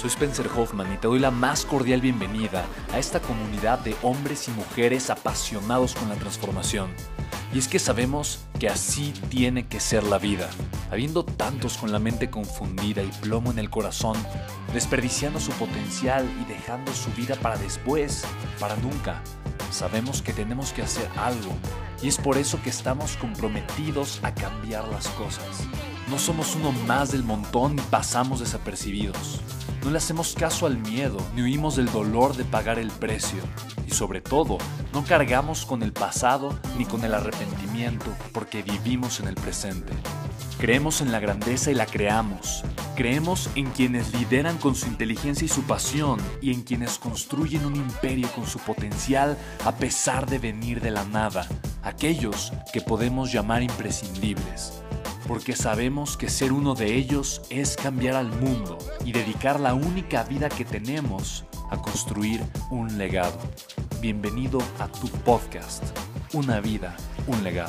Soy Spencer Hoffman y te doy la más cordial bienvenida a esta comunidad de hombres y mujeres apasionados con la transformación. Y es que sabemos que así tiene que ser la vida, habiendo tantos con la mente confundida y plomo en el corazón, desperdiciando su potencial y dejando su vida para después, para nunca. Sabemos que tenemos que hacer algo y es por eso que estamos comprometidos a cambiar las cosas. No somos uno más del montón y pasamos desapercibidos. No le hacemos caso al miedo ni huimos del dolor de pagar el precio. Y sobre todo, no cargamos con el pasado ni con el arrepentimiento porque vivimos en el presente. Creemos en la grandeza y la creamos. Creemos en quienes lideran con su inteligencia y su pasión y en quienes construyen un imperio con su potencial a pesar de venir de la nada. Aquellos que podemos llamar imprescindibles. Porque sabemos que ser uno de ellos es cambiar al mundo y dedicar la única vida que tenemos a construir un legado. Bienvenido a tu podcast, Una vida, un legado.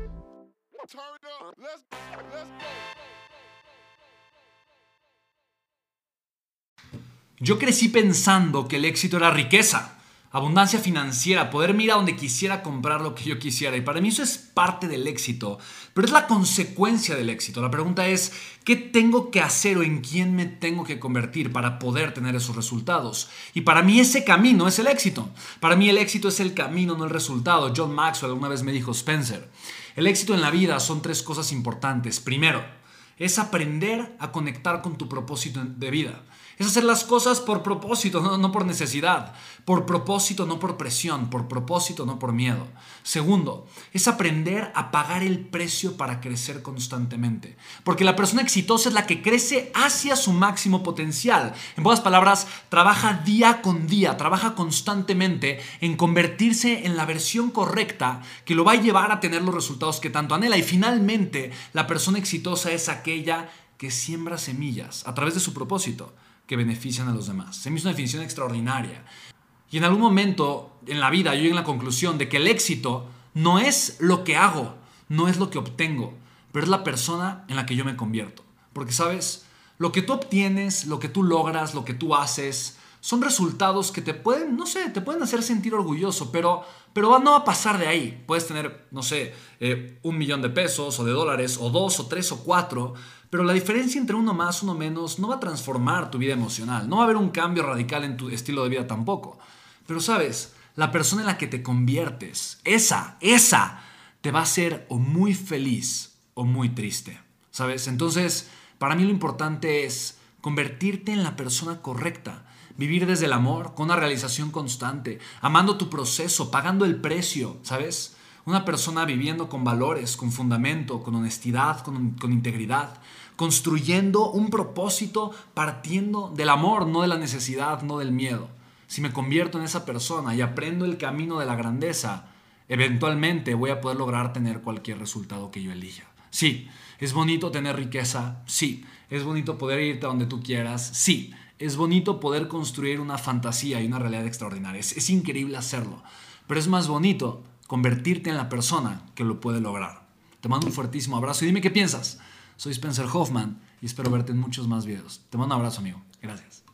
Yo crecí pensando que el éxito era riqueza, abundancia financiera, poder ir a donde quisiera comprar lo que yo quisiera. Y para mí eso es parte del éxito, pero es la consecuencia del éxito. La pregunta es, ¿qué tengo que hacer o en quién me tengo que convertir para poder tener esos resultados? Y para mí ese camino es el éxito. Para mí el éxito es el camino, no el resultado. John Maxwell alguna vez me dijo, Spencer, el éxito en la vida son 3 cosas importantes. Primero, es aprender a conectar con tu propósito de vida. Es hacer las cosas por propósito, no por necesidad. Por propósito, no por presión. Por propósito, no por miedo. Segundo, es aprender a pagar el precio para crecer constantemente. Porque la persona exitosa es la que crece hacia su máximo potencial. En pocas palabras, trabaja día con día, trabaja constantemente en convertirse en la versión correcta que lo va a llevar a tener los resultados que tanto anhela. Y finalmente, la persona exitosa es aquella que siembra semillas a través de su propósito que benefician a los demás. Se me hizo una definición extraordinaria. Y en algún momento en la vida yo llegué a la conclusión de que el éxito no es lo que hago, no es lo que obtengo, pero es la persona en la que yo me convierto. Porque, ¿sabes? Lo que tú obtienes, lo que tú logras, lo que tú haces, son resultados que te pueden, te pueden hacer sentir orgulloso, pero no va a pasar de ahí. Puedes tener, $1 millón de pesos o de dólares, o 2 o 3 o 4, pero la diferencia entre uno más, uno menos, no va a transformar tu vida emocional. No va a haber un cambio radical en tu estilo de vida tampoco. Pero, ¿sabes? La persona en la que te conviertes, esa te va a hacer o muy feliz o muy triste. ¿Sabes? Entonces, para mí lo importante es convertirte en la persona correcta. Vivir desde el amor, con una realización constante, amando tu proceso, pagando el precio, ¿sabes? Una persona viviendo con valores, con fundamento, con honestidad, con integridad, construyendo un propósito partiendo del amor, no de la necesidad, no del miedo. Si me convierto en esa persona y aprendo el camino de la grandeza, eventualmente voy a poder lograr tener cualquier resultado que yo elija. Sí, es bonito tener riqueza, sí, es bonito poder irte a donde tú quieras, sí, es bonito poder construir una fantasía y una realidad extraordinaria, es increíble hacerlo, pero es más bonito convertirte en la persona que lo puede lograr. Te mando un fuertísimo abrazo y dime qué piensas. Soy Spencer Hoffman y espero verte en muchos más videos. Te mando un abrazo, amigo. Gracias.